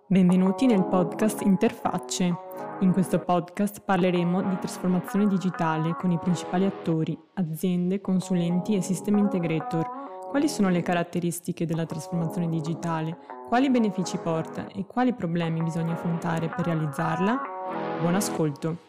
Benvenuti nel podcast Interfacce. In questo podcast parleremo di trasformazione digitale con i principali attori, aziende, consulenti e system integrator. Quali sono le caratteristiche della trasformazione digitale? Quali benefici porta e quali problemi bisogna affrontare per realizzarla? Buon ascolto!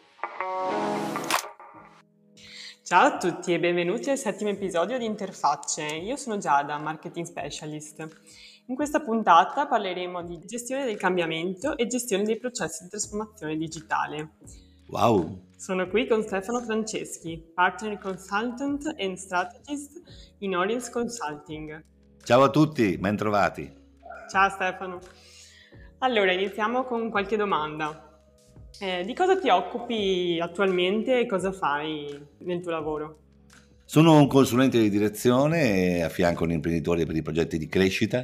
Ciao a tutti e benvenuti al settimo episodio di Interfacce. Io sono Giada, Marketing Specialist. In questa puntata parleremo di gestione del cambiamento e gestione dei processi di trasformazione digitale. Wow! Sono qui con Stefano Franceschi, Partner Consultant and Strategist in Audience Consulting. Ciao a tutti, ben trovati. Ciao Stefano. Allora, iniziamo con qualche domanda. Di cosa ti occupi attualmente e cosa fai nel tuo lavoro? Sono un consulente di direzione e affianco un imprenditore per i progetti di crescita.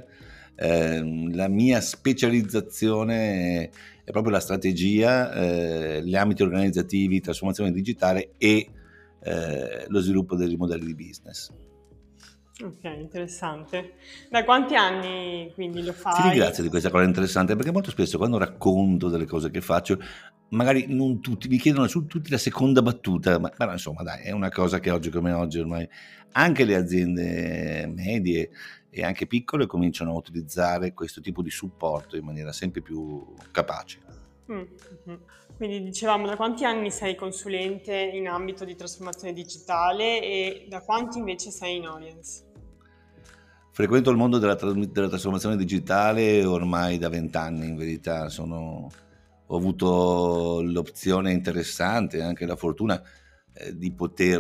La mia specializzazione è proprio la strategia, gli ambiti organizzativi, trasformazione digitale e lo sviluppo dei modelli di business. Ok, interessante. Da quanti anni quindi lo Ti fai? ringrazio di questa cosa interessante perché molto spesso quando racconto delle cose che faccio, magari non tutti mi chiedono su tutti la seconda battuta, ma insomma dai, è una cosa che oggi come oggi ormai anche le aziende medie e anche piccole cominciano a utilizzare questo tipo di supporto in maniera sempre più capace. Mhm. Quindi dicevamo, da quanti anni sei consulente in ambito di trasformazione digitale e da quanti invece sei in audience? Frequento il mondo della trasformazione digitale ormai da 20 anni, in verità ho avuto l'opzione interessante e anche la fortuna di poter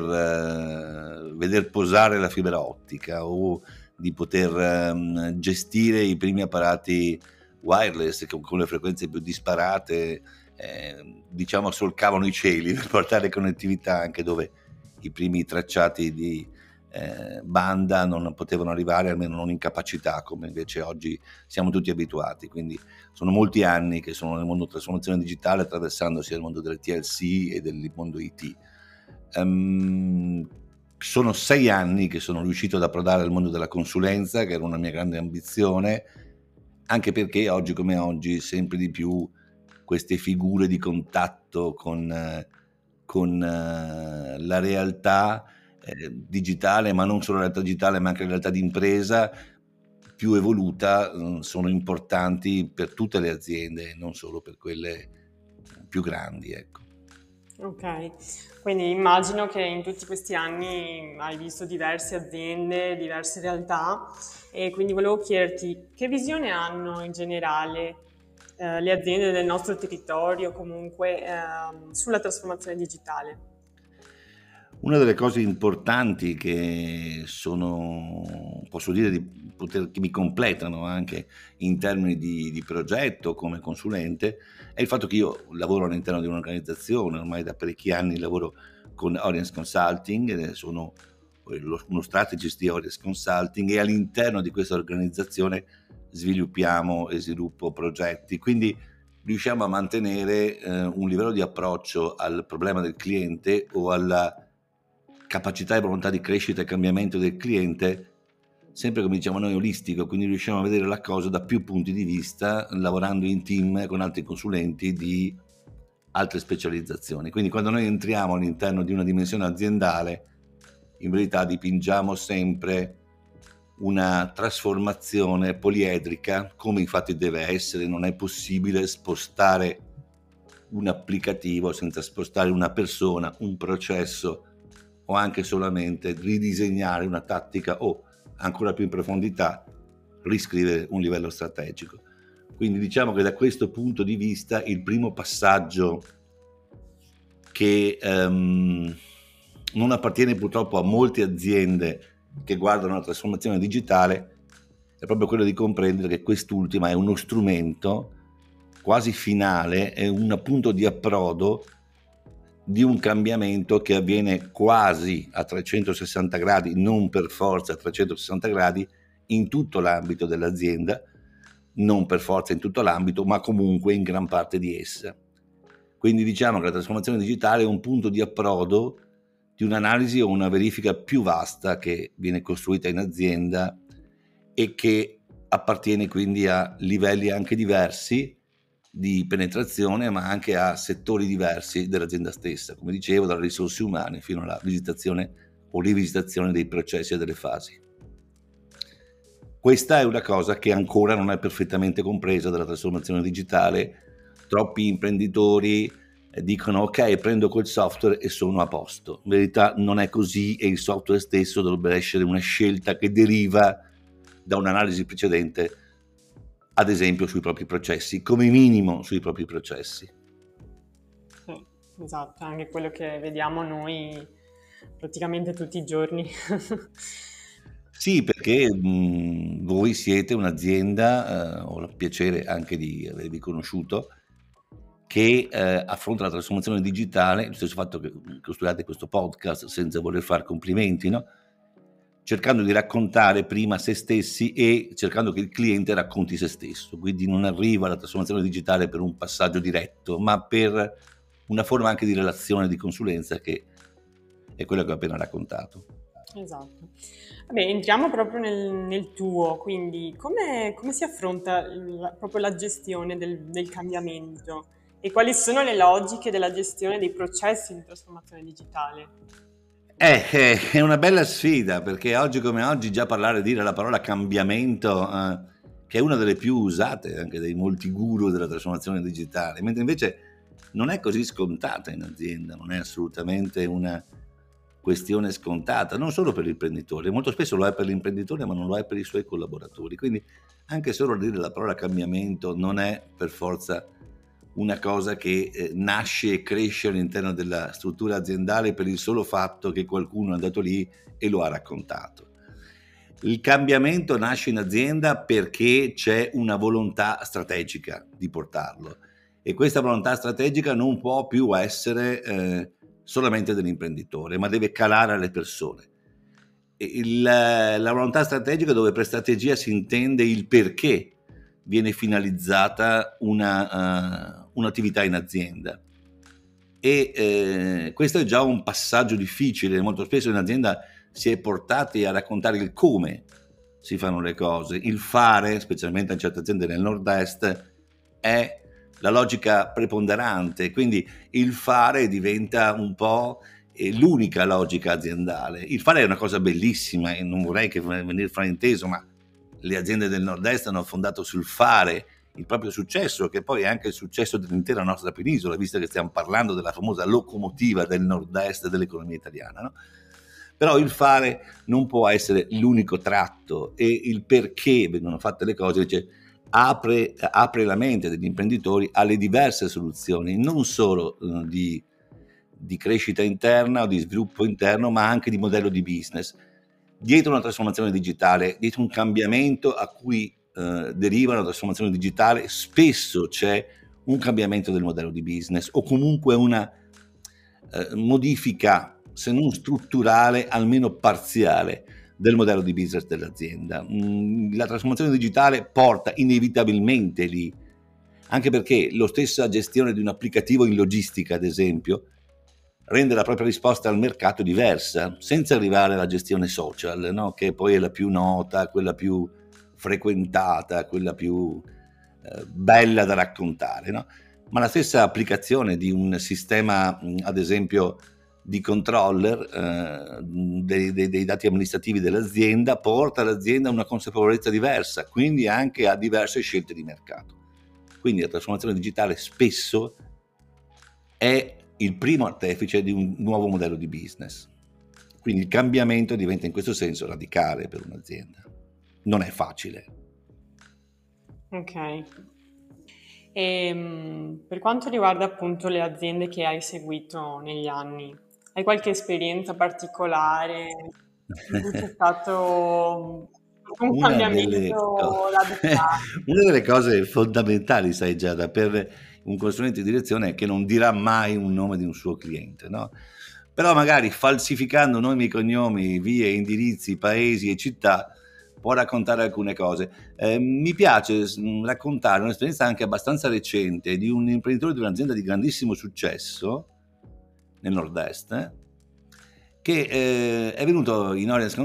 veder posare la fibra ottica o di poter gestire i primi apparati wireless che con le frequenze più disparate diciamo solcavano i cieli per portare connettività anche dove i primi tracciati di banda non potevano arrivare, almeno non in capacità come invece oggi siamo tutti abituati. Quindi sono molti anni che sono nel mondo della trasformazione digitale, attraversando sia il mondo delle TLC e del mondo IT. Sono 6 anni che sono riuscito ad approdare al mondo della consulenza, che era una mia grande ambizione, anche perché oggi come oggi sempre di più queste figure di contatto con la realtà digitale, ma non solo la realtà digitale, ma anche la realtà di impresa più evoluta, sono importanti per tutte le aziende, non solo per quelle più grandi, ecco. Ok, quindi immagino che in tutti questi anni hai visto diverse aziende, diverse realtà e quindi volevo chiederti che visione hanno in generale le aziende del nostro territorio comunque sulla trasformazione digitale. Una delle cose importanti che posso dire che mi completano anche in termini di progetto come consulente, è il fatto che io lavoro all'interno di un'organizzazione, ormai da parecchi anni lavoro con Audience Consulting, sono uno strategist di Audience Consulting e all'interno di questa organizzazione sviluppiamo e sviluppo progetti, quindi riusciamo a mantenere un livello di approccio al problema del cliente o alla capacità e volontà di crescita e cambiamento del cliente, sempre come diciamo noi olistico, quindi riusciamo a vedere la cosa da più punti di vista, lavorando in team con altri consulenti di altre specializzazioni. Quindi quando noi entriamo all'interno di una dimensione aziendale, in verità dipingiamo sempre una trasformazione poliedrica, come infatti deve essere. Non è possibile spostare un applicativo senza spostare una persona, un processo o anche solamente ridisegnare una tattica o ancora più in profondità riscrivere un livello strategico. Quindi diciamo che da questo punto di vista il primo passaggio che non appartiene purtroppo a molte aziende che guardano la trasformazione digitale è proprio quello di comprendere che quest'ultima è uno strumento quasi finale, è un punto di approdo di un cambiamento che avviene quasi a 360 gradi, non per forza a 360 gradi, in tutto l'ambito dell'azienda, non per forza in tutto l'ambito, ma comunque in gran parte di essa. Quindi diciamo che la trasformazione digitale è un punto di approdo di un'analisi o una verifica più vasta che viene costruita in azienda e che appartiene quindi a livelli anche diversi, di penetrazione, ma anche a settori diversi dell'azienda stessa, come dicevo, dalle risorse umane fino alla visitazione o rivisitazione dei processi e delle fasi. Questa è una cosa che ancora non è perfettamente compresa dalla trasformazione digitale. Troppi imprenditori dicono ok, prendo quel software e sono a posto. In verità non è così, e il software stesso dovrebbe essere una scelta che deriva da un'analisi precedente, ad esempio sui propri processi, come minimo sui propri processi. Sì, esatto, è anche quello che vediamo noi praticamente tutti i giorni. Sì, perché voi siete un'azienda, ho il piacere anche di avervi conosciuto, che affronta la trasformazione digitale, lo stesso fatto che studiate questo podcast senza voler fare complimenti, no? Cercando di raccontare prima se stessi e cercando che il cliente racconti se stesso, quindi non arriva alla trasformazione digitale per un passaggio diretto, ma per una forma anche di relazione, di consulenza, che è quello che ho appena raccontato. Esatto. Vabbè, entriamo proprio nel tuo, quindi come si affronta proprio la gestione del cambiamento e quali sono le logiche della gestione dei processi di trasformazione digitale? È una bella sfida, perché oggi come oggi già dire la parola cambiamento, che è una delle più usate anche dai molti guru della trasformazione digitale, mentre invece non è così scontata in azienda, non è assolutamente una questione scontata, non solo per l'imprenditore, molto spesso lo è per l'imprenditore, ma non lo è per i suoi collaboratori. Quindi anche solo dire la parola cambiamento non è per forza una cosa che nasce e cresce all'interno della struttura aziendale per il solo fatto che qualcuno è andato lì e lo ha raccontato. Il cambiamento nasce in azienda perché c'è una volontà strategica di portarlo, e questa volontà strategica non può più essere solamente dell'imprenditore, ma deve calare alle persone. La volontà strategica, dove per strategia si intende il perché viene finalizzata un'attività in azienda, e questo è già un passaggio difficile. Molto spesso in azienda si è portati a raccontare il come si fanno le cose. Il fare, specialmente in certe aziende nel nord-est, è la logica preponderante, quindi il fare diventa un po' l'unica logica aziendale. Il fare è una cosa bellissima e non vorrei che venire frainteso, ma le aziende del nord-est hanno fondato sul fare il proprio successo, che poi è anche il successo dell'intera nostra penisola, visto che stiamo parlando della famosa locomotiva del nord-est dell'economia italiana, no? Però il fare non può essere l'unico tratto, e il perché vengono fatte le cose invece apre la mente degli imprenditori alle diverse soluzioni, non solo di crescita interna o di sviluppo interno, ma anche di modello di business. Dietro una trasformazione digitale, dietro un cambiamento a cui deriva una trasformazione digitale, spesso c'è un cambiamento del modello di business, o comunque una modifica, se non strutturale, almeno parziale, del modello di business dell'azienda. La trasformazione digitale porta inevitabilmente lì, anche perché la stessa gestione di un applicativo in logistica, ad esempio, rende la propria risposta al mercato diversa, senza arrivare alla gestione social, no? Che poi è la più nota, quella più frequentata, quella più bella da raccontare, no? Ma la stessa applicazione di un sistema, ad esempio, di controller dei dati amministrativi dell'azienda, porta l'azienda a una consapevolezza diversa, quindi anche a diverse scelte di mercato. Quindi la trasformazione digitale spesso è il primo artefice di un nuovo modello di business. Quindi il cambiamento diventa in questo senso radicale per un'azienda. Non è facile. Ok. E per quanto riguarda appunto le aziende che hai seguito negli anni, hai qualche esperienza particolare in cui c'è stato un cambiamento radicale? Una delle cose fondamentali, sai Giada, per un consulente di direzione è che non dirà mai un nome di un suo cliente, no? Però magari falsificando nomi e cognomi, vie, indirizzi, paesi e città, può raccontare alcune cose. Mi piace raccontare un'esperienza anche abbastanza recente di un imprenditore di un'azienda di grandissimo successo nel nord-est, che è venuto in Oriens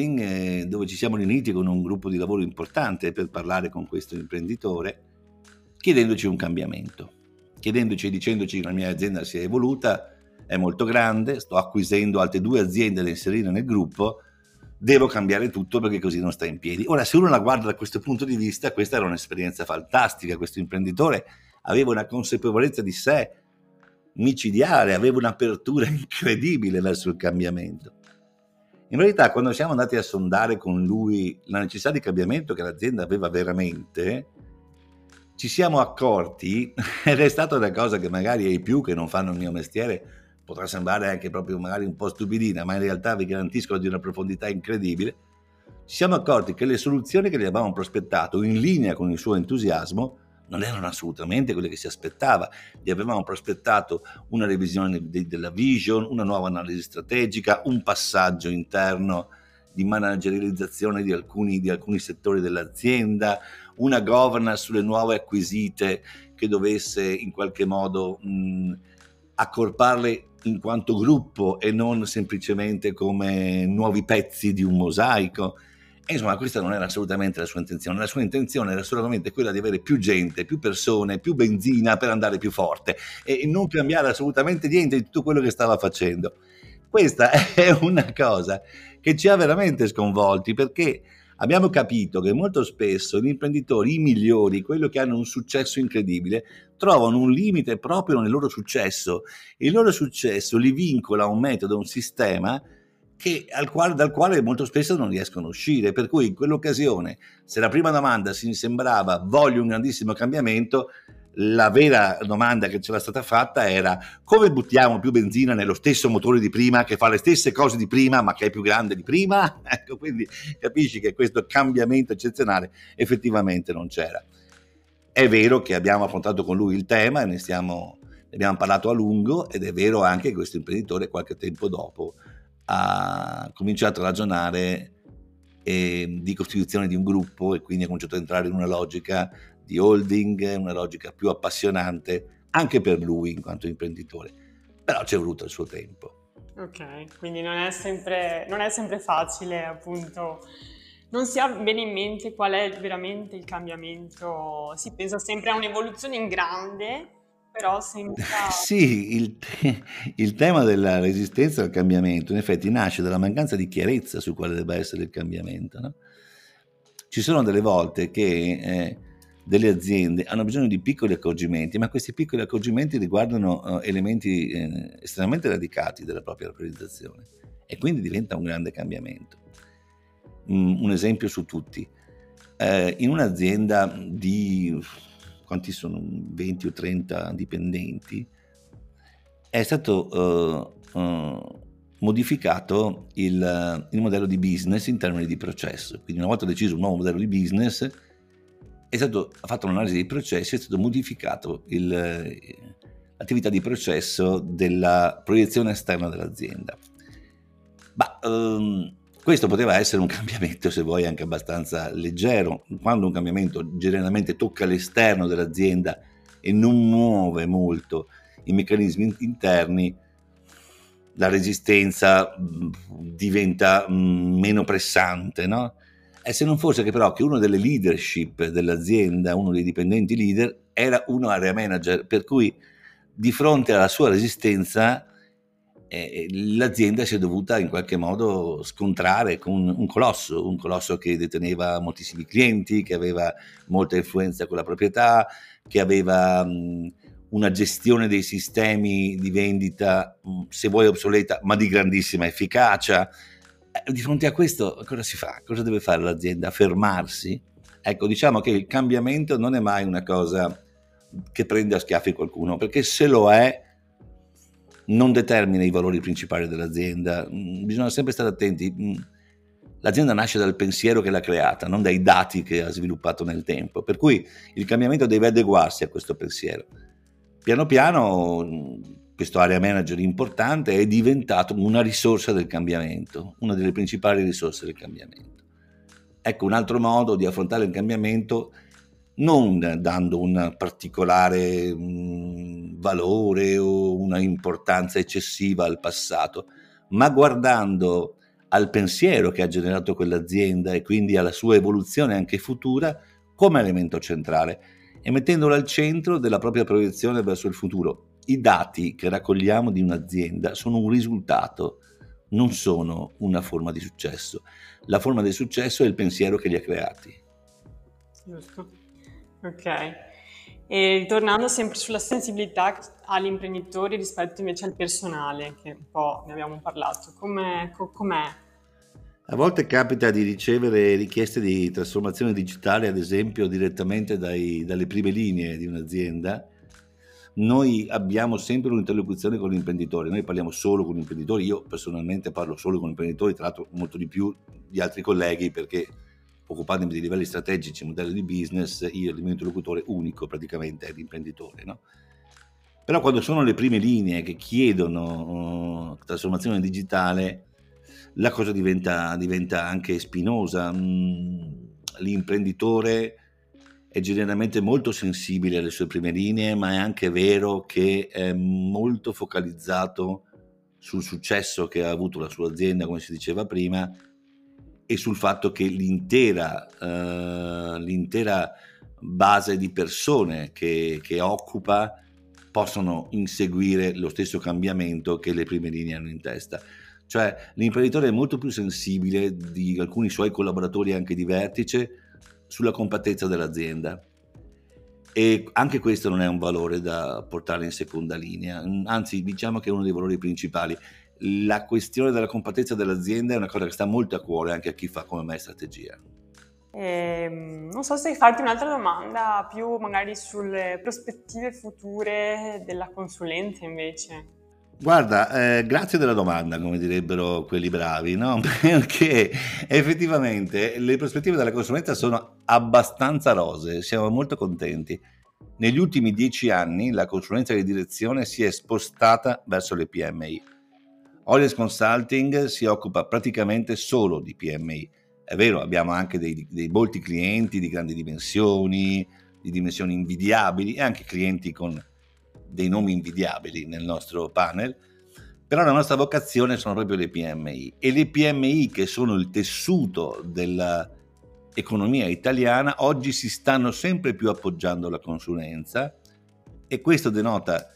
Consulting, dove ci siamo riuniti con un gruppo di lavoro importante per parlare con questo imprenditore, chiedendoci un cambiamento, chiedendoci e dicendoci che la mia azienda si è evoluta, è molto grande, sto acquisendo altre 2 aziende da inserire nel gruppo, devo cambiare tutto perché così non sta in piedi. Ora, se uno la guarda da questo punto di vista, questa era un'esperienza fantastica, questo imprenditore aveva una consapevolezza di sé micidiale, aveva un'apertura incredibile verso il cambiamento. In verità, quando siamo andati a sondare con lui la necessità di cambiamento che l'azienda aveva veramente, ci siamo accorti, ed è stata una cosa che magari ai più che non fanno il mio mestiere potrà sembrare anche proprio magari un po' stupidina, ma in realtà vi garantisco di una profondità incredibile, ci siamo accorti che le soluzioni che gli avevamo prospettato in linea con il suo entusiasmo non erano assolutamente quelle che si aspettava. Gli avevamo prospettato una revisione della vision, una nuova analisi strategica, un passaggio interno di managerializzazione di alcuni settori dell'azienda, una governance sulle nuove acquisite che dovesse in qualche modo accorparle in quanto gruppo e non semplicemente come nuovi pezzi di un mosaico. E insomma, questa non era assolutamente la sua intenzione. La sua intenzione era solamente quella di avere più gente, più persone, più benzina per andare più forte e non cambiare assolutamente niente di tutto quello che stava facendo. Questa è una cosa che ci ha veramente sconvolti, perché abbiamo capito che molto spesso gli imprenditori, i migliori, quelli che hanno un successo incredibile, trovano un limite proprio nel loro successo. Il loro successo li vincola a un metodo, a un sistema dal quale molto spesso non riescono a uscire. Per cui in quell'occasione, se la prima domanda si sembrava voglio un grandissimo cambiamento, la vera domanda che c'era stata fatta era come buttiamo più benzina nello stesso motore di prima che fa le stesse cose di prima ma che è più grande di prima? Ecco, quindi capisci che questo cambiamento eccezionale effettivamente non c'era. È vero che abbiamo affrontato con lui il tema e ne abbiamo parlato a lungo, ed è vero anche che questo imprenditore qualche tempo dopo ha cominciato a ragionare di costituzione di un gruppo e quindi ha cominciato a entrare in una logica di holding, una logica più appassionante anche per lui in quanto imprenditore, però ci è voluto il suo tempo. Ok, quindi non è sempre facile, appunto, non si ha bene in mente qual è veramente il cambiamento, si pensa sempre a un'evoluzione in grande, però senza... Sì, il tema della resistenza al cambiamento in effetti nasce dalla mancanza di chiarezza su quale debba essere il cambiamento, no? Ci sono delle volte che delle aziende hanno bisogno di piccoli accorgimenti, ma questi piccoli accorgimenti riguardano elementi estremamente radicati della propria organizzazione e quindi diventa un grande cambiamento. Un esempio su tutti. In un'azienda di quanti sono 20 o 30 dipendenti è stato modificato il modello di business in termini di processo. Quindi una volta deciso un nuovo modello di business è stato fatto un'analisi dei processi, è stato modificato l'attività di processo della proiezione esterna dell'azienda. Questo poteva essere un cambiamento, se vuoi, anche abbastanza leggero. Quando un cambiamento generalmente tocca l'esterno dell'azienda e non muove molto i meccanismi interni, la resistenza diventa meno pressante, no? E se non fosse che però che uno delle leadership dell'azienda, uno dei dipendenti leader, era uno area manager, per cui di fronte alla sua resistenza l'azienda si è dovuta in qualche modo scontrare con un colosso che deteneva moltissimi clienti, che aveva molta influenza con la proprietà, che aveva una gestione dei sistemi di vendita, se vuoi obsoleta, ma di grandissima efficacia. Di fronte a questo cosa si fa? Cosa deve fare l'azienda? Fermarsi? Ecco, diciamo che il cambiamento non è mai una cosa che prende a schiaffi qualcuno, perché se lo è non determina i valori principali dell'azienda. Bisogna sempre stare attenti. L'azienda nasce dal pensiero che l'ha creata, non dai dati che ha sviluppato nel tempo, per cui il cambiamento deve adeguarsi a questo pensiero. Piano piano questo area manager importante è diventato una risorsa del cambiamento, una delle principali risorse del cambiamento. Ecco, un altro modo di affrontare il cambiamento, non dando un particolare valore o una importanza eccessiva al passato, ma guardando al pensiero che ha generato quell'azienda e quindi alla sua evoluzione anche futura come elemento centrale. e mettendolo al centro della propria proiezione verso il futuro. I dati che raccogliamo di un'azienda sono un risultato, non sono una forma di successo. La forma del successo è il pensiero che li ha creati. Giusto. Ok. E ritornando sempre sulla sensibilità agli imprenditori rispetto invece al personale, che un po' ne abbiamo parlato, com'è? A volte capita di ricevere richieste di trasformazione digitale, ad esempio, direttamente dalle prime linee di un'azienda. Noi abbiamo sempre un'interlocuzione con l'imprenditore, noi parliamo solo con gli imprenditori, io personalmente parlo solo con gli imprenditori, tra l'altro molto di più di altri colleghi, perché occupandomi di livelli strategici, modelli di business, io il mio interlocutore unico praticamente è l'imprenditore, no? Però quando sono le prime linee che chiedono trasformazione digitale, la cosa diventa anche spinosa. L'imprenditore è generalmente molto sensibile alle sue prime linee, ma è anche vero che è molto focalizzato sul successo che ha avuto la sua azienda, come si diceva prima, e sul fatto che l'intera base di persone che occupa possono inseguire lo stesso cambiamento che le prime linee hanno in testa. Cioè l'imprenditore è molto più sensibile di alcuni suoi collaboratori anche di vertice sulla compattezza dell'azienda, e anche questo non è un valore da portare in seconda linea, anzi diciamo che è uno dei valori principali. La questione della compattezza dell'azienda è una cosa che sta molto a cuore anche a chi fa come me strategia. Non so se farti un'altra domanda più magari sulle prospettive future della consulenza invece. Guarda, grazie della domanda, come direbbero quelli bravi, no? Perché effettivamente le prospettive della consulenza sono abbastanza rosee, siamo molto contenti. Negli ultimi 10 anni la consulenza di direzione si è spostata verso le PMI. Olies Consulting si occupa praticamente solo di PMI. È vero, abbiamo anche dei molti clienti di grandi dimensioni, di dimensioni invidiabili, e anche clienti con dei nomi invidiabili nel nostro panel, però la nostra vocazione sono proprio le PMI, e le PMI, che sono il tessuto dell'economia italiana, oggi si stanno sempre più appoggiando alla consulenza, e questo denota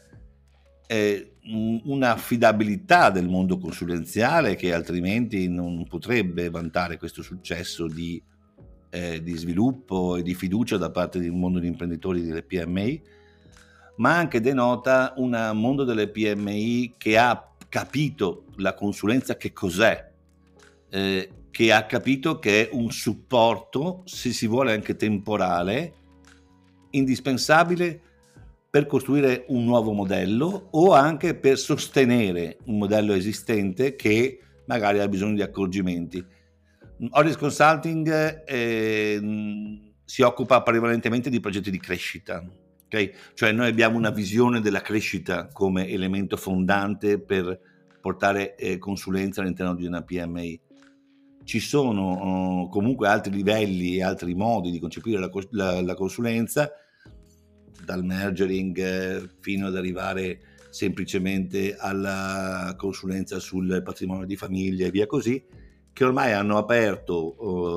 una affidabilità del mondo consulenziale che altrimenti non potrebbe vantare questo successo di sviluppo e di fiducia da parte del mondo degli imprenditori delle PMI, ma anche denota un mondo delle PMI che ha capito la consulenza che cos'è, che ha capito che è un supporto, se si vuole anche temporale, indispensabile per costruire un nuovo modello o anche per sostenere un modello esistente che magari ha bisogno di accorgimenti. Olies Consulting si occupa prevalentemente di progetti di crescita. Okay? Cioè noi abbiamo una visione della crescita come elemento fondante per portare consulenza all'interno di una PMI. Ci sono comunque altri livelli e altri modi di concepire la consulenza, dal mergering fino ad arrivare semplicemente alla consulenza sul patrimonio di famiglia e via così, che ormai hanno aperto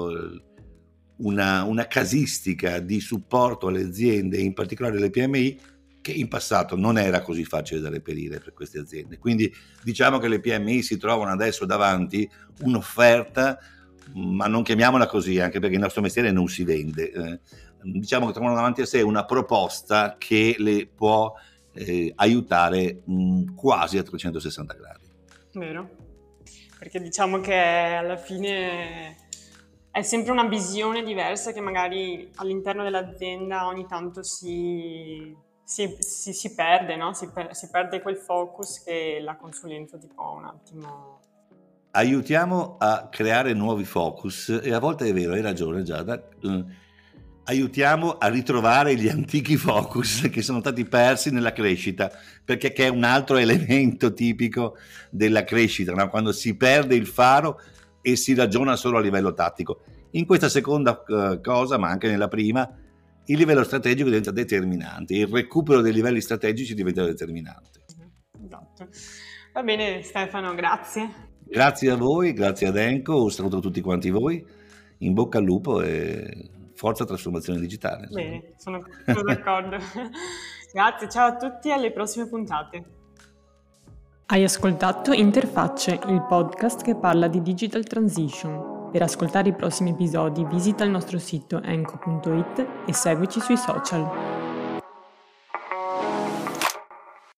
una casistica di supporto alle aziende, in particolare alle PMI, che in passato non era così facile da reperire per queste aziende. Quindi diciamo che le PMI si trovano adesso davanti un'offerta, ma non chiamiamola così, anche perché il nostro mestiere non si vende. Diciamo che trovano davanti a sé una proposta che le può aiutare quasi a 360 gradi. Vero? Perché diciamo che alla fine è sempre una visione diversa che magari all'interno dell'azienda ogni tanto si perde, no? Si perde quel focus che la consulenza ti può un attimo... Aiutiamo a creare nuovi focus, e a volte è vero, hai ragione Giada, aiutiamo a ritrovare gli antichi focus che sono stati persi nella crescita, perché è un altro elemento tipico della crescita, no? Quando si perde il faro e si ragiona solo a livello tattico. In questa seconda cosa, ma anche nella prima, il livello strategico diventa determinante, il recupero dei livelli strategici diventa determinante. Esatto. Va bene Stefano, grazie. Grazie a voi, grazie ad Enco, un saluto a tutti quanti voi, in bocca al lupo e Forza trasformazione digitale. Bene, sono d'accordo. Grazie, ciao a tutti e alle prossime puntate. Hai ascoltato Interfacce, il podcast che parla di digital transition. Per ascoltare i prossimi episodi visita il nostro sito enco.it e seguici sui social.